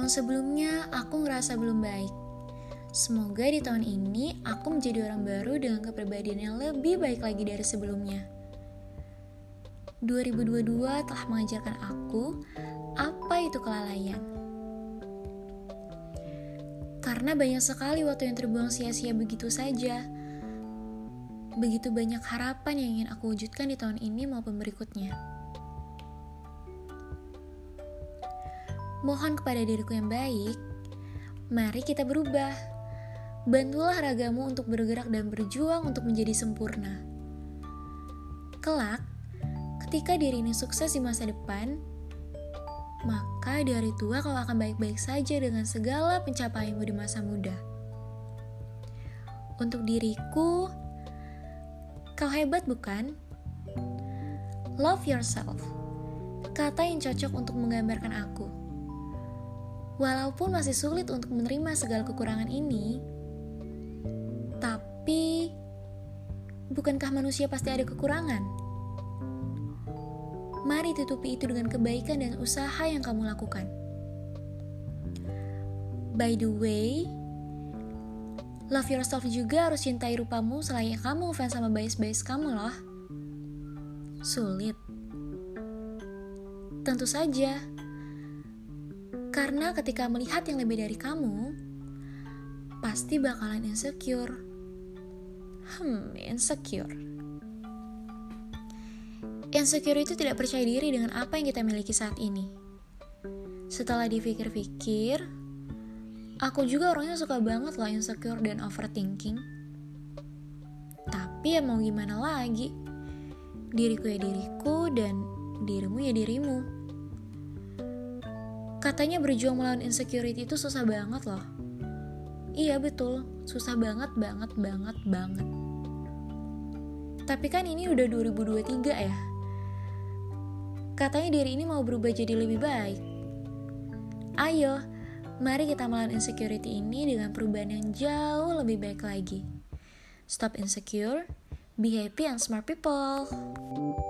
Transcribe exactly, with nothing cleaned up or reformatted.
tahun sebelumnya aku ngerasa belum baik. Semoga di tahun ini aku menjadi orang baru dengan kepribadian yang lebih baik lagi dari sebelumnya. dua ribu dua puluh dua telah mengajarkan aku apa itu kelalaian. Karena banyak sekali waktu yang terbuang sia-sia begitu saja. Begitu banyak harapan yang ingin aku wujudkan di tahun ini maupun berikutnya. Mohon kepada diriku yang baik, mari kita berubah. Bantulah ragamu untuk bergerak dan berjuang untuk menjadi sempurna. Kelak, ketika diri ini sukses di masa depan, maka di hari tua kau akan baik-baik saja dengan segala pencapaianmu di masa muda. Untuk diriku, kau hebat bukan? Love yourself, kata yang cocok untuk menggambarkan aku. Walaupun masih sulit untuk menerima segala kekurangan ini, tapi bukankah manusia pasti ada kekurangan? Mari tutupi itu dengan kebaikan dan usaha yang kamu lakukan. By the way, love yourself juga harus cintai rupamu selain kamu fans sama bias-bias kamu loh. Sulit? Tentu saja. Karena ketika melihat yang lebih dari kamu, pasti bakalan insecure. Hmm, insecure. Insecure itu tidak percaya diri dengan apa yang kita miliki saat ini. Setelah dipikir-pikir, aku juga orangnya suka banget loh insecure dan overthinking. Tapi ya mau gimana lagi? Diriku ya diriku dan dirimu ya dirimu. Katanya berjuang melawan insecurity itu susah banget loh. Iya betul, susah banget banget banget banget. Tapi kan ini udah dua ribu dua puluh tiga ya. Katanya diri ini mau berubah jadi lebih baik. Ayo, mari kita melawan insecurity ini dengan perubahan yang jauh lebih baik lagi. Stop insecure, be happy and smart people.